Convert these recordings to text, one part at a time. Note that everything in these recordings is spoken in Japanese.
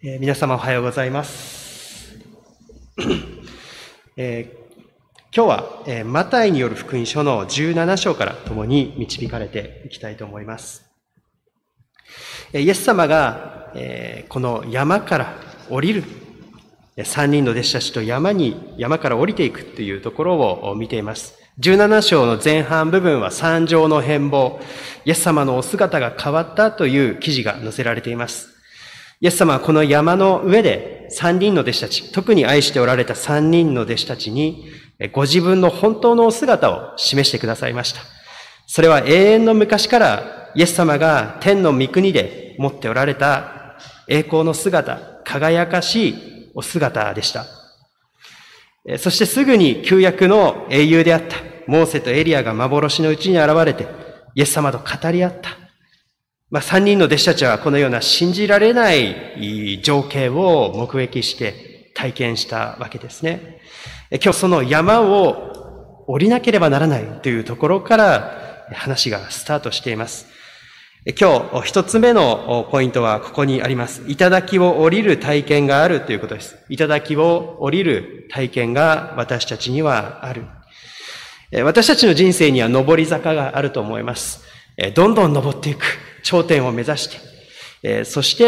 皆様おはようございます。今日はマタイによる福音書の17章から共に導かれていきたいと思います。イエス様がこの山から降りる、3人の弟子たちと山から降りていくというところを見ています。17章の前半部分は山上の変貌、イエス様のお姿が変わったという記事が載せられています。イエス様はこの山の上で3人の弟子たち、特に愛しておられた3人の弟子たちに、ご自分の本当のお姿を示してくださいました。それは永遠の昔からイエス様が天の御国で持っておられた栄光の姿、輝かしいお姿でした。そしてすぐに旧約の英雄であったモーセとエリアが幻のうちに現れてイエス様と語り合った。3人の弟子たちはこのような信じられない情景を目撃して体験したわけですね。今日その山を降りなければならないというところから話がスタートしています。今日一つ目のポイントはここにあります。頂を降りる体験があるということです。頂を降りる体験が私たちにはある。私たちの人生には上り坂があると思います。どんどん登っていく。頂点を目指して、そして、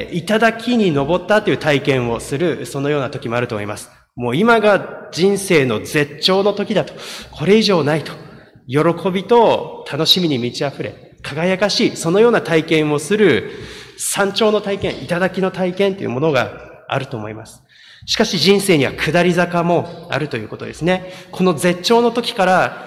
頂に登ったという体験をする、そのような時もあると思います。もう今が人生の絶頂の時だと、これ以上ないと、喜びと楽しみに満ち溢れ、輝かしい、そのような体験をする山頂の体験、頂の体験というものがあると思います。しかし人生には下り坂もあるということですね。この絶頂の時から、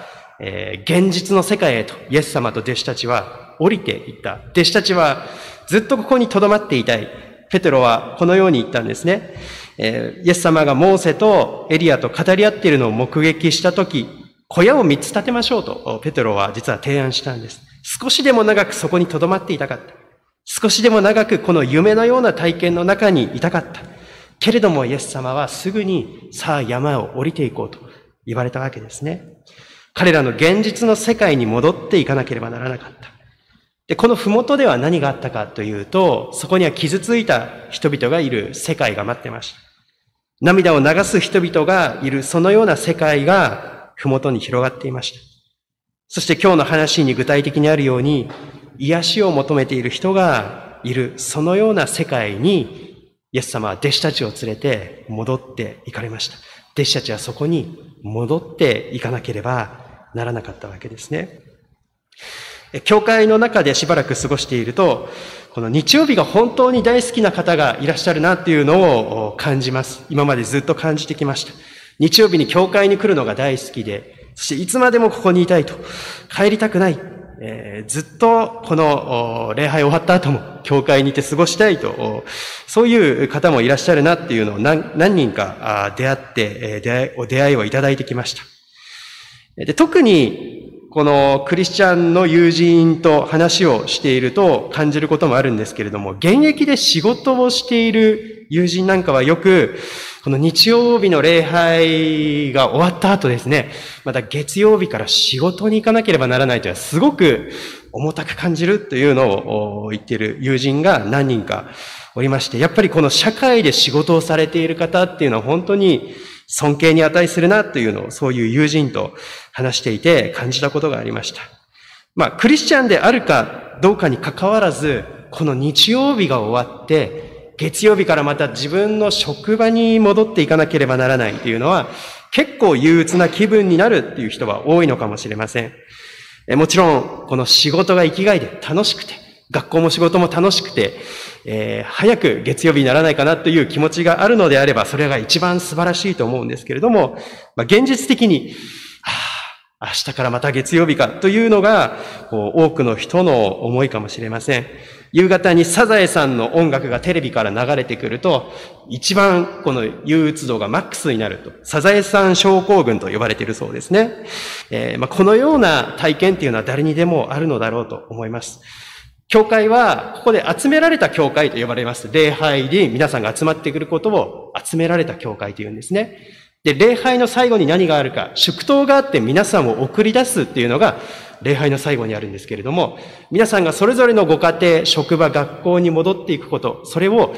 現実の世界へとイエス様と弟子たちは降りていった。弟子たちはずっとここに留まっていたい。ペテロはこのように言ったんですね。イエス様がモーセとエリアと語り合っているのを目撃したとき、小屋を3つ建てましょうとペテロは実は提案したんです。少しでも長くそこに留まっていたかった。少しでも長くこの夢のような体験の中にいたかった。けれどもイエス様はすぐにさあ山を降りていこうと言われたわけですね。彼らの現実の世界に戻っていかなければならなかった。で、この麓では何があったかというと、そこには傷ついた人々がいる世界が待ってました。涙を流す人々がいるそのような世界が麓に広がっていました。そして今日の話に具体的にあるように、癒しを求めている人がいるそのような世界に、イエス様は弟子たちを連れて戻っていかれました。弟子たちはそこに戻っていかなければならなかったわけですね。教会の中でしばらく過ごしていると、この日曜日が本当に大好きな方がいらっしゃるなっていうのを感じます。今までずっと感じてきました。日曜日に教会に来るのが大好きで、そしていつまでもここにいたいと、帰りたくない。ずっとこの礼拝終わった後も教会にいて過ごしたいと、そういう方もいらっしゃるなっていうのを何人か出会いをいただいてきました。で、特にこのクリスチャンの友人と話をしていると感じることもあるんですけれども、現役で仕事をしている友人なんかはよく、この日曜日の礼拝が終わった後ですね、また月曜日から仕事に行かなければならないというのはすごく重たく感じるというのを言っている友人が何人かおりまして、やっぱりこの社会で仕事をされている方っていうのは本当に尊敬に値するなというのをそういう友人と話していて感じたことがありました。クリスチャンであるかどうかに関わらず、この日曜日が終わって、月曜日からまた自分の職場に戻っていかなければならないというのは、結構憂鬱な気分になるっていう人は多いのかもしれません。もちろん、この仕事が生きがいで楽しくて、学校も仕事も楽しくて、早く月曜日にならないかなという気持ちがあるのであれば、それが一番素晴らしいと思うんですけれども、現実的に、明日からまた月曜日かというのが、多くの人の思いかもしれません。夕方にサザエさんの音楽がテレビから流れてくると、一番この憂鬱度がマックスになると、サザエさん症候群と呼ばれているそうですね。このような体験っていうのは誰にでもあるのだろうと思います。教会は、ここで集められた教会と呼ばれます。礼拝に皆さんが集まってくることを集められた教会というんですね。で、礼拝の最後に何があるか、祝祷があって皆さんを送り出すっていうのが、礼拝の最後にあるんですけれども、皆さんがそれぞれのご家庭、職場、学校に戻っていくこと、それを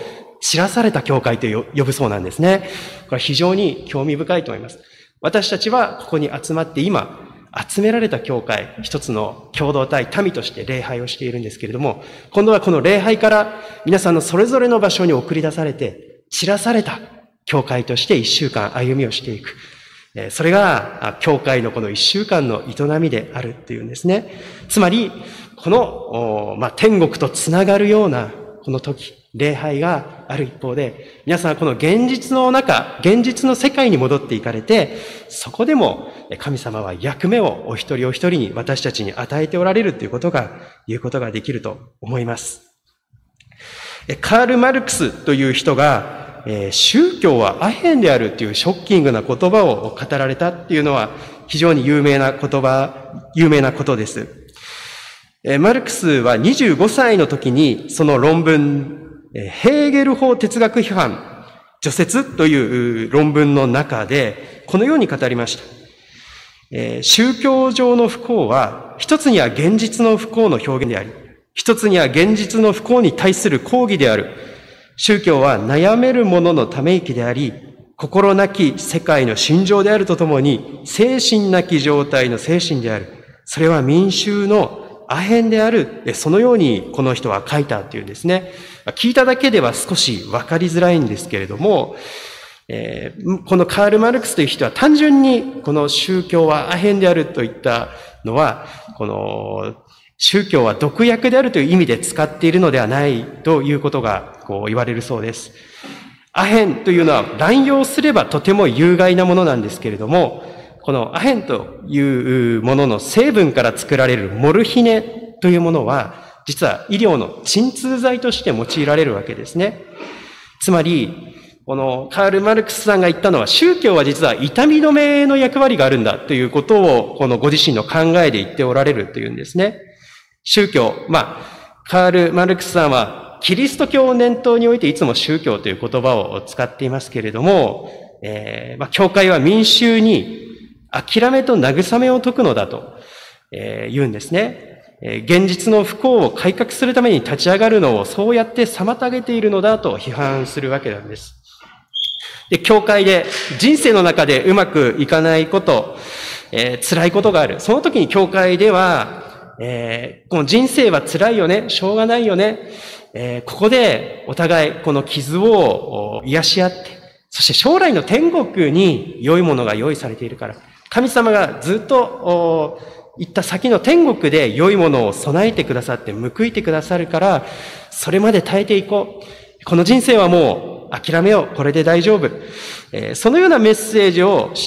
散らされた教会と呼ぶそうなんですね。これは非常に興味深いと思います。私たちはここに集まって今、集められた教会、一つの共同体、民として礼拝をしているんですけれども、今度はこの礼拝から皆さんのそれぞれの場所に送り出されて、散らされた教会として一週間歩みをしていく。それが、教会のこの一週間の営みであるっていうんですね。つまり、この、天国とつながるような、この時、礼拝がある一方で、皆さんはこの現実の中、現実の世界に戻っていかれて、そこでも神様は役目をお一人お一人に私たちに与えておられるということが、言うことができると思います。カール・マルクスという人が、宗教はアヘンであるというショッキングな言葉を語られたっていうのは非常に有名なことです。マルクスは25歳の時にその論文、ヘーゲル法哲学批判、序説という論文の中でこのように語りました。宗教上の不幸は一つには現実の不幸の表現であり、一つには現実の不幸に対する抗議である。宗教は悩める者のため息であり、心なき世界の心情であるとともに、精神なき状態の精神である。それは民衆のアヘンである。そのようにこの人は書いたというんですね。聞いただけでは少しわかりづらいんですけれども、このカール・マルクスという人は単純にこの宗教はアヘンであるといったのは、この宗教は毒薬であるという意味で使っているのではないということが言われるそうです。アヘンというのは乱用すればとても有害なものなんですけれども、このアヘンというものの成分から作られるモルヒネというものは、実は医療の鎮痛剤として用いられるわけですね。つまり、このカール・マルクスさんが言ったのは、宗教は実は痛み止めの役割があるんだということを、このご自身の考えで言っておられるというんですね。宗教、カール・マルクスさんはキリスト教を念頭においていつも宗教という言葉を使っていますけれども、教会は民衆に諦めと慰めを説くのだと言うんですね。現実の不幸を改革するために立ち上がるのをそうやって妨げているのだと批判するわけなんです。で、教会で人生の中でうまくいかないこと、辛いことがある。その時に教会では、この人生は辛いよね、しょうがないよね。ここでお互いこの傷を癒し合って、そして将来の天国に良いものが用意されているから、神様がずっと行った先の天国で良いものを備えてくださって報いてくださるから、それまで耐えていこう。この人生はもう諦めよう。これで大丈夫。そのようなメッセージをして、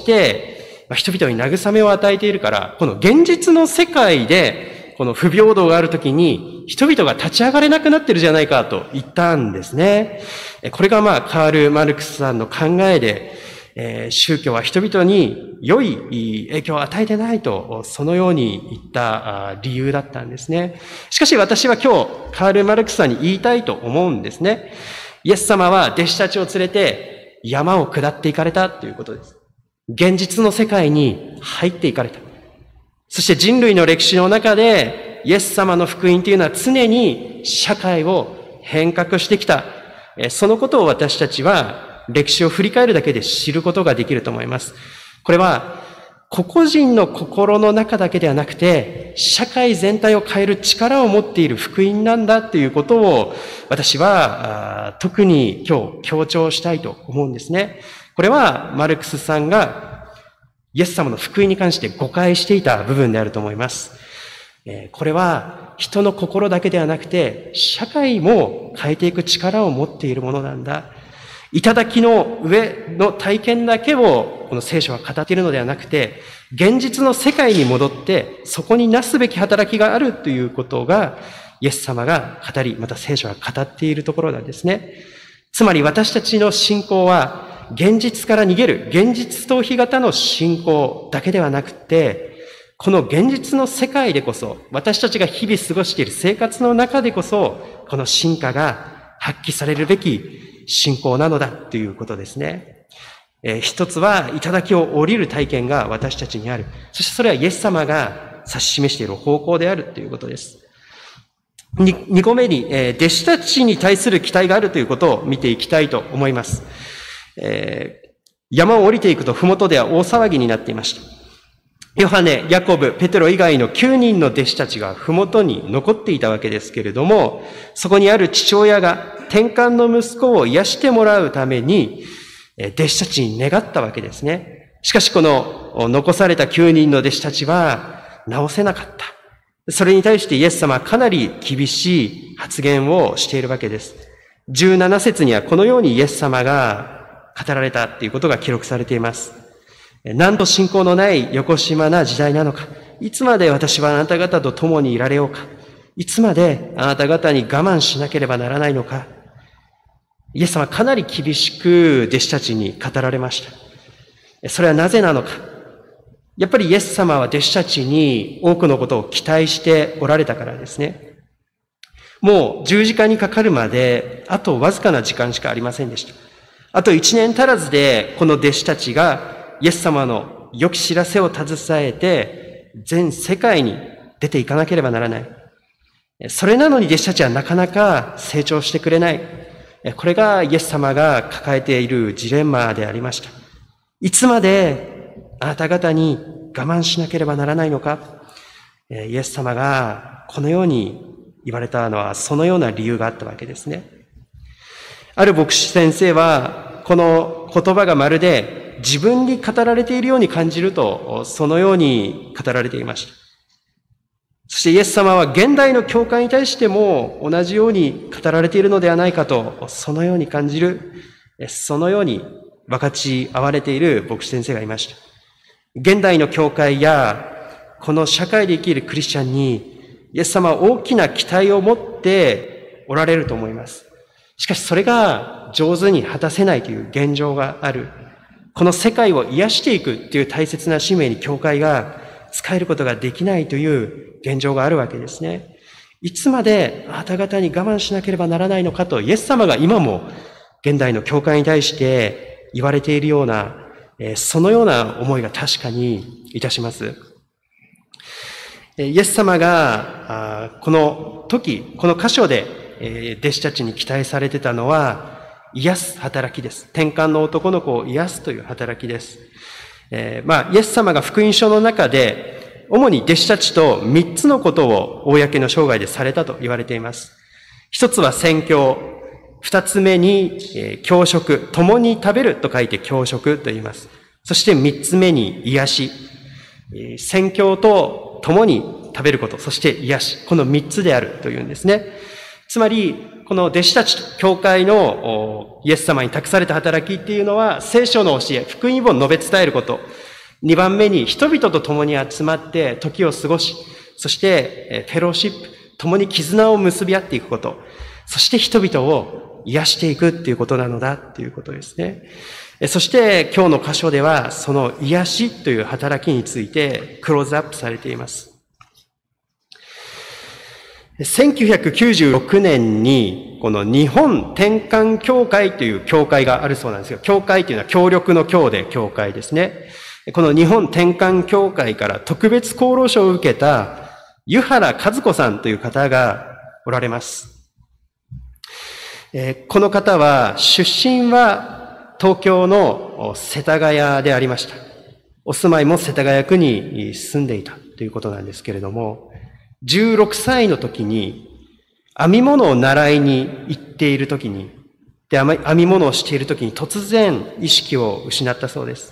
人々に慰めを与えているから、この現実の世界で、この不平等があるときに、人々が立ち上がれなくなってるじゃないかと言ったんですね。これがカール・マルクスさんの考えで、宗教は人々に良い影響を与えてないと、そのように言った理由だったんですね。しかし私は今日、カール・マルクスさんに言いたいと思うんですね。イエス様は弟子たちを連れて山を下っていかれたということです。現実の世界に入っていかれた。そして人類の歴史の中で、イエス様の福音というのは常に社会を変革してきた。そのことを私たちは歴史を振り返るだけで知ることができると思います。これは個々人の心の中だけではなくて、社会全体を変える力を持っている福音なんだということを私は特に今日強調したいと思うんですね。これはマルクスさんがイエス様の福音に関して誤解していた部分であると思います。これは人の心だけではなくて、社会も変えていく力を持っているものなんだ。頂の上の体験だけをこの聖書は語っているのではなくて、現実の世界に戻ってそこになすべき働きがあるということがイエス様が語り、また聖書が語っているところなんですね。つまり私たちの信仰は現実から逃げる、現実逃避型の信仰だけではなくて、この現実の世界でこそ、私たちが日々過ごしている生活の中でこそ、この真価が発揮されるべき信仰なのだということですね。一つは、頂を降りる体験が私たちにある。そしてそれはイエス様が指し示している方向であるということです。 2個目に、弟子たちに対する期待があるということを見ていきたいと思います。山を降りていくと麓では大騒ぎになっていました。ヨハネ、ヤコブ、ペテロ以外の9人の弟子たちが麓に残っていたわけですけれども、そこにある父親が天官の息子を癒してもらうために、弟子たちに願ったわけですね。しかしこの残された9人の弟子たちは治せなかった。それに対してイエス様はかなり厳しい発言をしているわけです。17節にはこのようにイエス様が語られたということが記録されています。なんと信仰のない横島な時代なのか。いつまで私はあなた方と共にいられようか。いつまであなた方に我慢しなければならないのか。イエス様はかなり厳しく弟子たちに語られました。それはなぜなのか。やっぱりイエス様は弟子たちに多くのことを期待しておられたからですね。もう十字架にかかるまであとわずかな時間しかありませんでした。あと1年足らずでこの弟子たちがイエス様の良き知らせを携えて全世界に出ていかなければならない。それなのに弟子たちはなかなか成長してくれない。これがイエス様が抱えているジレンマでありました。いつまであなた方に我慢しなければならないのか。イエス様がこのように言われたのはそのような理由があったわけですね。ある牧師先生はこの言葉がまるで自分に語られているように感じると、そのように語られていました。そしてイエス様は現代の教会に対しても同じように語られているのではないかと、そのように感じる、そのように分かち合われている牧師先生がいました。現代の教会やこの社会で生きるクリスチャンにイエス様は大きな期待を持っておられると思います。しかしそれが上手に果たせないという現状がある。この世界を癒していくという大切な使命に教会が使えることができないという現状があるわけですね。いつまであなた方に我慢しなければならないのかとイエス様が今も現代の教会に対して言われているような、そのような思いが確かにいたします。イエス様がこの時、この箇所で弟子たちに期待されてたのは癒す働きです。天官の男の子を癒すという働きです。イエス様が福音書の中で主に弟子たちと3つのことを公の生涯でされたと言われています。一つは宣教、二つ目に教食、共に食べると書いて教食と言います。そして三つ目に癒し、宣教と共に食べること、そして癒し、この三つであるというんですね。つまり、この弟子たちと教会のイエス様に託された働きっていうのは、聖書の教え、福音を述べ伝えること。二番目に人々と共に集まって時を過ごし、そしてフェローシップ、共に絆を結び合っていくこと。そして人々を癒していくっていうことなのだっていうことですね。そして今日の箇所ではその癒しという働きについてクローズアップされています。1996年にこの日本転換協会という協会があるそうなんですよ。協会というのは協力の協で協会ですね。この日本転換協会から特別功労賞を受けた湯原和子さんという方がおられます。この方は出身は東京の世田谷でありました。お住まいも世田谷区に住んでいたということなんですけれども、16歳の時に編み物を習いに行っている時に、編み物をしている時に突然意識を失ったそうです。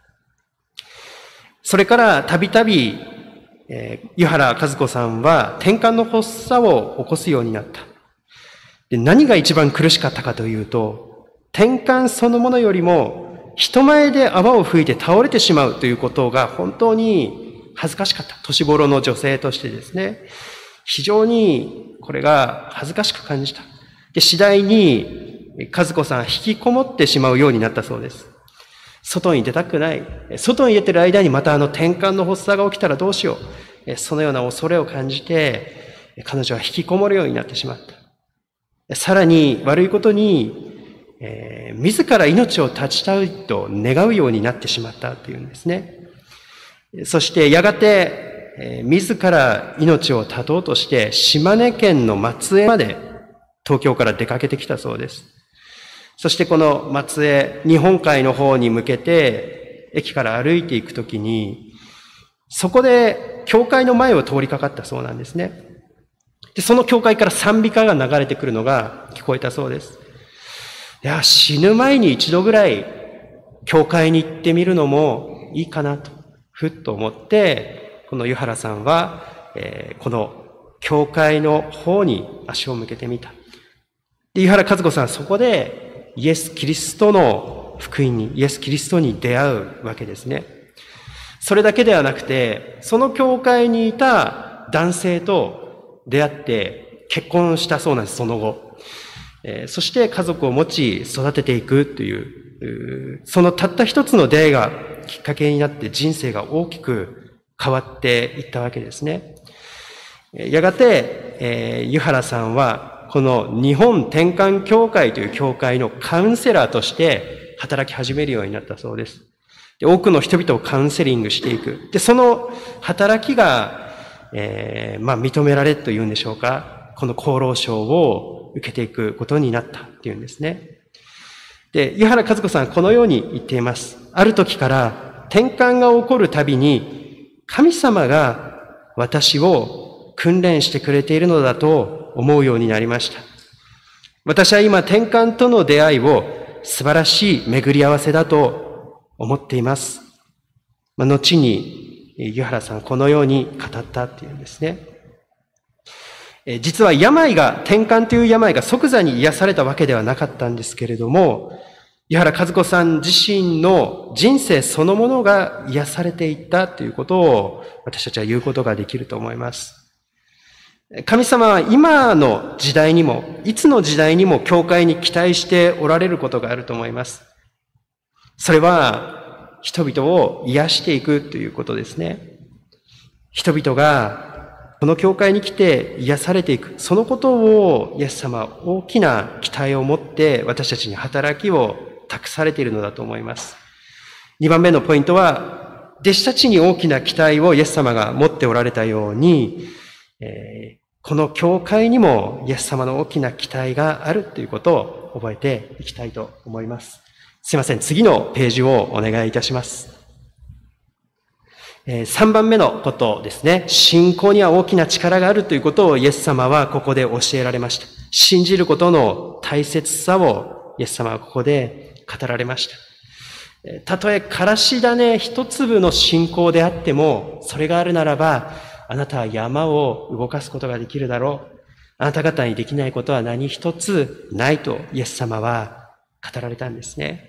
それからたびたび湯原和子さんは転換の発作を起こすようになった。で、何が一番苦しかったかというと、転換そのものよりも人前で泡を吹いて倒れてしまうということが本当に恥ずかしかった。年頃の女性としてですね。非常にこれが恥ずかしく感じた。で、次第に和子さんは引きこもってしまうようになったそうです。外に出たくない。外に出てる間にまた転換の発作が起きたらどうしよう。そのような恐れを感じて、彼女は引きこもるようになってしまった。さらに悪いことに、自ら命を絶ちたいと願うようになってしまったというんですね。そしてやがて自ら命を絶とうとして、島根県の松江まで東京から出かけてきたそうです。そしてこの松江、日本海の方に向けて、駅から歩いていくときに、そこで教会の前を通りかかったそうなんですね。で、その教会から賛美歌が流れてくるのが聞こえたそうです。いや、死ぬ前に一度ぐらい教会に行ってみるのもいいかなと、ふっと思って、この湯原さんは、この教会の方に足を向けてみた。で、湯原和子さんはそこでイエス・キリストの福音に、イエス・キリストに出会うわけですね。それだけではなくて、その教会にいた男性と出会って結婚したそうなんです、その後。そして家族を持ち育てていくという、そのたった一つの出会いがきっかけになって人生が大きく変わっていったわけですね。やがて、湯原さんはこの日本転換協会という協会のカウンセラーとして働き始めるようになったそうです。で、多くの人々をカウンセリングしていく。で、その働きが、認められるというんでしょうか。この功労賞を受けていくことになったっていうんですね。で、湯原和子さんはこのように言っています。ある時から転換が起こるたびに神様が私を訓練してくれているのだと思うようになりました。私は今転換との出会いを素晴らしい巡り合わせだと思っています。後に湯原さんこのように語ったっていうんですね。実は転換という病が即座に癒されたわけではなかったんですけれども、湯原和子さん自身の人生そのものが癒されていったということを私たちは言うことができると思います。神様は今の時代にも、いつの時代にも教会に期待しておられることがあると思います。それは人々を癒していくということですね。人々がこの教会に来て癒されていく。そのことをイエス様は大きな期待を持って私たちに働きを託されているのだと思います。2番目のポイントは、弟子たちに大きな期待をイエス様が持っておられたように、この教会にもイエス様の大きな期待があるということを覚えていきたいと思います。すいません。次のページをお願いいたします。3番目のことですね。信仰には大きな力があるということをイエス様はここで教えられました。信じることの大切さをイエス様はここで語られました。たとえからし種一粒の信仰であっても、それがあるならば、あなたは山を動かすことができるだろう。あなた方にできないことは何一つないとイエス様は語られたんですね。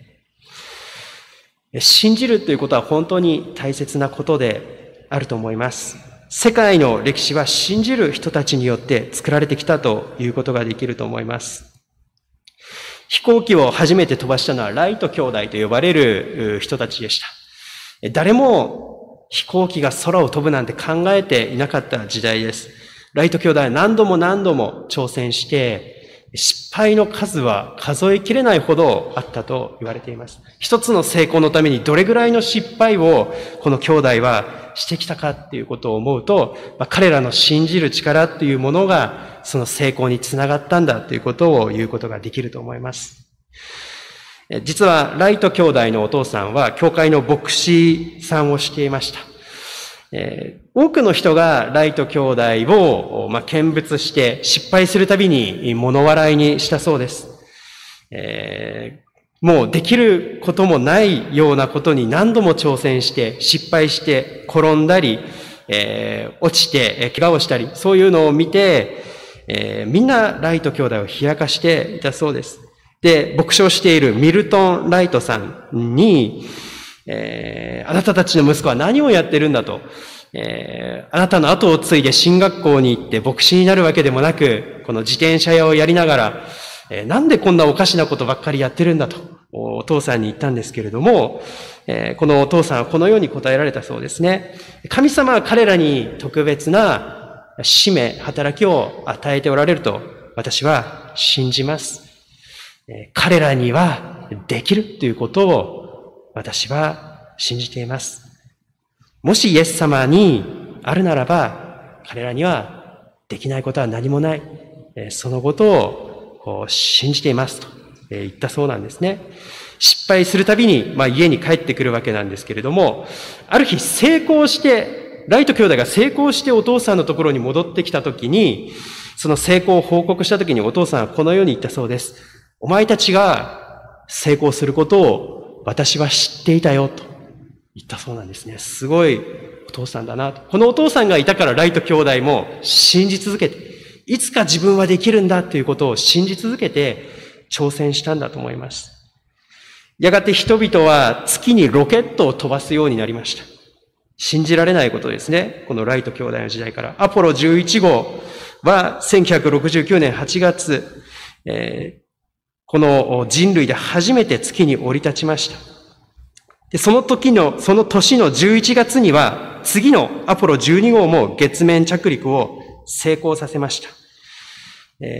信じるということは本当に大切なことであると思います。世界の歴史は信じる人たちによって作られてきたということができると思います。飛行機を初めて飛ばしたのはライト兄弟と呼ばれる人たちでした。誰も飛行機が空を飛ぶなんて考えていなかった時代です。ライト兄弟は何度も挑戦して、失敗の数は数えきれないほどあったと言われています。一つの成功のためにどれぐらいの失敗をこの兄弟はしてきたかっていうことを思うと、彼らの信じる力っていうものがその成功につながったんだということを言うことができると思います。実はライト兄弟のお父さんは教会の牧師さんをしていました。多くの人がライト兄弟を見物して失敗するたびに物笑いにしたそうです。もうできることもないようなことに何度も挑戦して失敗して転んだり、落ちて怪我をしたり、そういうのを見て、みんなライト兄弟を冷やかしていたそうです。で、牧師をしているミルトン・ライトさんに、あなたたちの息子は何をやってるんだと、あなたの後を継いで進学校に行って牧師になるわけでもなく、この自転車屋をやりながら、なんでこんなおかしなことばっかりやってるんだと、お父さんに言ったんですけれども、このお父さんはこのように答えられたそうですね。神様は彼らに特別な使命、働きを与えておられると私は信じます。彼らにはできるということを私は信じています。もしイエス様にあるならば、彼らにはできないことは何もない。そのことを信じていますと言ったそうなんですね。失敗するたびに、家に帰ってくるわけなんですけれども、ある日成功して、ライト兄弟が成功してお父さんのところに戻ってきたときに、その成功を報告したときにお父さんはこのように言ったそうです。お前たちが成功することを私は知っていたよと言ったそうなんですね。すごいお父さんだなと。このお父さんがいたからライト兄弟も信じ続けて、いつか自分はできるんだということを信じ続けて挑戦したんだと思います。やがて人々は月にロケットを飛ばすようになりました。信じられないことですね。このライト兄弟の時代から。アポロ11号は1969年8月、この人類で初めて月に降り立ちました。で、その年の11月には、次のアポロ12号も月面着陸を成功させました。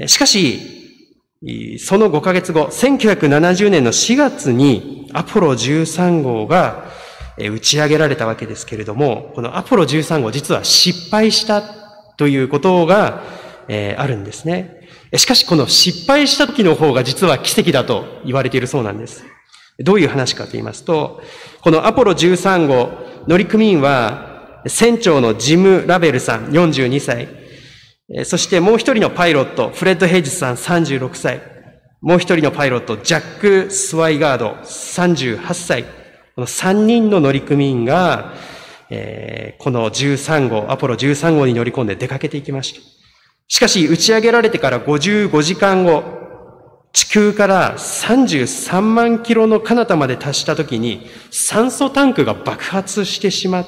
しかし、その5ヶ月後、1970年の4月にアポロ13号が打ち上げられたわけですけれども、このアポロ13号実は失敗したということがあるんですね。しかしこの失敗した時の方が実は奇跡だと言われているそうなんです。どういう話かと言いますと、このアポロ13号、乗組員は船長のジム・ラベルさん42歳、そしてもう一人のパイロット、フレッド・ヘイジスさん36歳、もう一人のパイロット、ジャック・スワイガード38歳、この3人の乗組員が、この13号、アポロ13号に乗り込んで出かけていきました。しかし打ち上げられてから55時間後、地球から33万キロの彼方まで達したときに酸素タンクが爆発してしまって、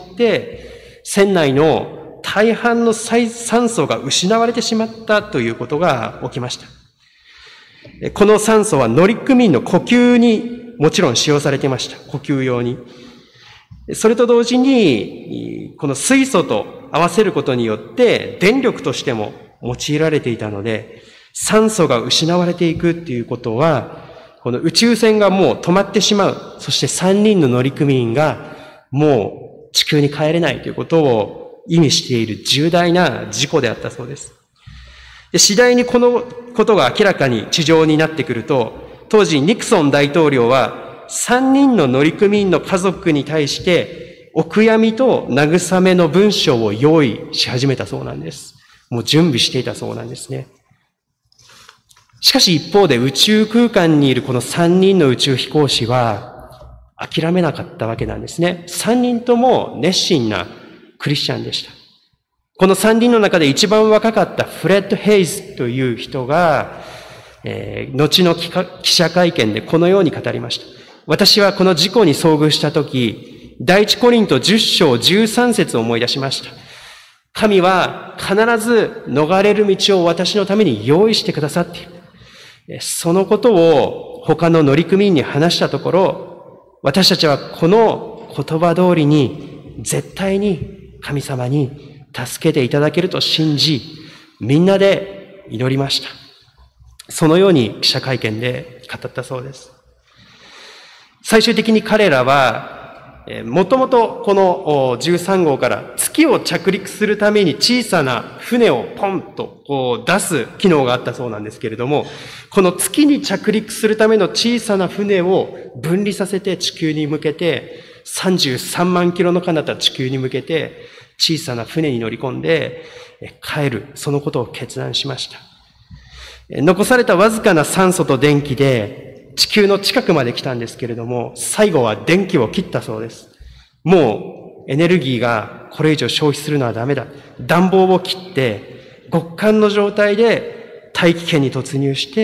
船内の大半の酸素が失われてしまったということが起きました。この酸素は乗組員の呼吸にもちろん使用されていました。呼吸用に。それと同時に、この水素と合わせることによって電力としても用いられていたので、酸素が失われていくっていうことは、この宇宙船がもう止まってしまう。そして3人の乗組員がもう地球に帰れないということを意味している重大な事故であったそうです。で、次第にこのことが明らかに地上になってくると、当時ニクソン大統領は3人の乗組員の家族に対してお悔やみと慰めの文章を用意し始めたそうなんです。もう準備していたそうなんですね。しかし一方で宇宙空間にいるこの3人の宇宙飛行士は諦めなかったわけなんですね。3人とも熱心なクリスチャンでした。この3人の中で一番若かったフレッド・ヘイズという人が、後の記者会見でこのように語りました。私はこの事故に遭遇したとき、第一コリント10章13節を思い出しました。神は必ず逃れる道を私のために用意してくださっている。そのことを他の乗組員に話したところ、私たちはこの言葉通りに絶対に神様に助けていただけると信じ、みんなで祈りました。そのように記者会見で語ったそうです。最終的に彼らは、もともとこの13号から月を着陸するために小さな船をポンとこう出す機能があったそうなんですけれども、この月に着陸するための小さな船を分離させて地球に向けて、33万キロの彼方地球に向けて小さな船に乗り込んで帰る、そのことを決断しました。残されたわずかな酸素と電気で地球の近くまで来たんですけれども、最後は電気を切ったそうです。もうエネルギーがこれ以上消費するのはダメだ。暖房を切って極寒の状態で大気圏に突入して、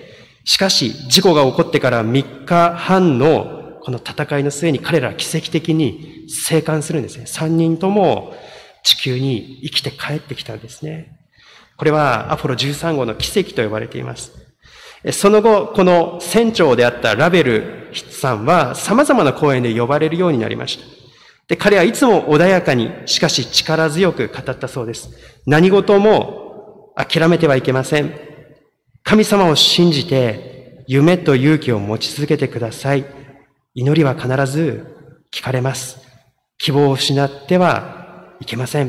しかし事故が起こってから3日半のこの戦いの末に彼らは奇跡的に生還するんですね。3人とも地球に生きて帰ってきたんですね。これはアポロ13号の奇跡と呼ばれています。その後、この船長であったラベルさんは様々な講演で呼ばれるようになりました。で、彼はいつも穏やかに、しかし力強く語ったそうです。何事も諦めてはいけません。神様を信じて夢と勇気を持ち続けてください。祈りは必ず聞かれます。希望を失ってはいけません。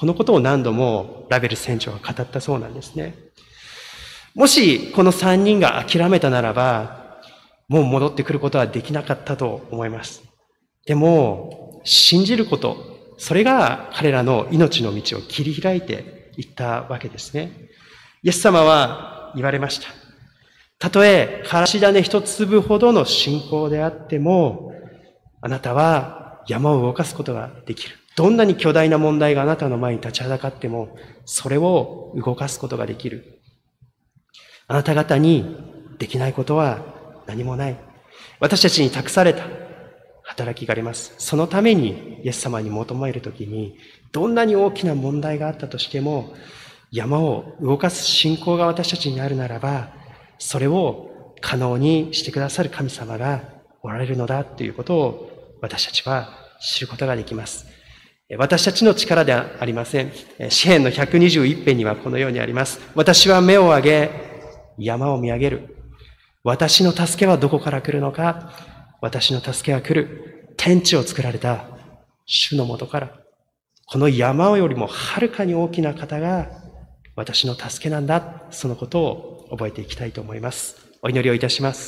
このことを何度もラベル船長が語ったそうなんですね。もしこの3人が諦めたならば、もう戻ってくることはできなかったと思います。でも、信じること、それが彼らの命の道を切り開いていったわけですね。イエス様は言われました。たとえからし種一粒ほどの信仰であっても、あなたは山を動かすことができる。どんなに巨大な問題があなたの前に立ちはだかっても、それを動かすことができる。あなた方にできないことは何もない。私たちに託された働きがあります。そのためにイエス様に求めるときに、どんなに大きな問題があったとしても、山を動かす信仰が私たちにあるならば、それを可能にしてくださる神様がおられるのだということを私たちは知ることができます。私たちの力ではありません。詩編の121編にはこのようにあります。私は目を上げ、山を見上げる。私の助けはどこから来るのか。私の助けは来る。天地を作られた主のもとから。この山よりもはるかに大きな方が私の助けなんだ。そのことを覚えていきたいと思います。お祈りをいたします。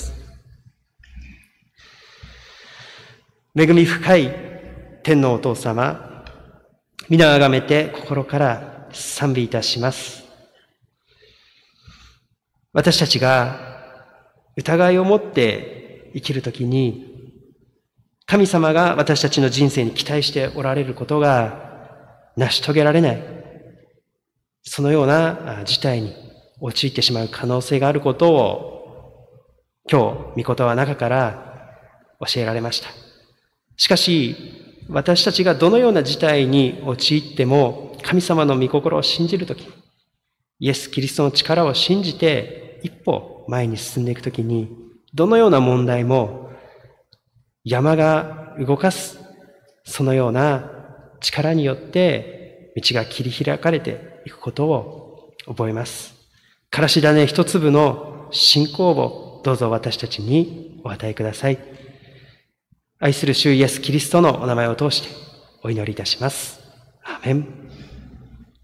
恵み深い天のお父様、皆をあがめて心から賛美いたします。私たちが疑いを持って生きるときに、神様が私たちの人生に期待しておられることが成し遂げられない、そのような事態に陥ってしまう可能性があることを今日御言葉の中から教えられました。しかし私たちがどのような事態に陥っても神様の御心を信じるとき、イエス・キリストの力を信じて一歩前に進んでいくときに、どのような問題も山が動かすそのような力によって道が切り開かれていくことを覚えます。からし種一粒の信仰をどうぞ私たちにお与えください。愛する主イエス・キリストのお名前を通してお祈りいたします。アーメン。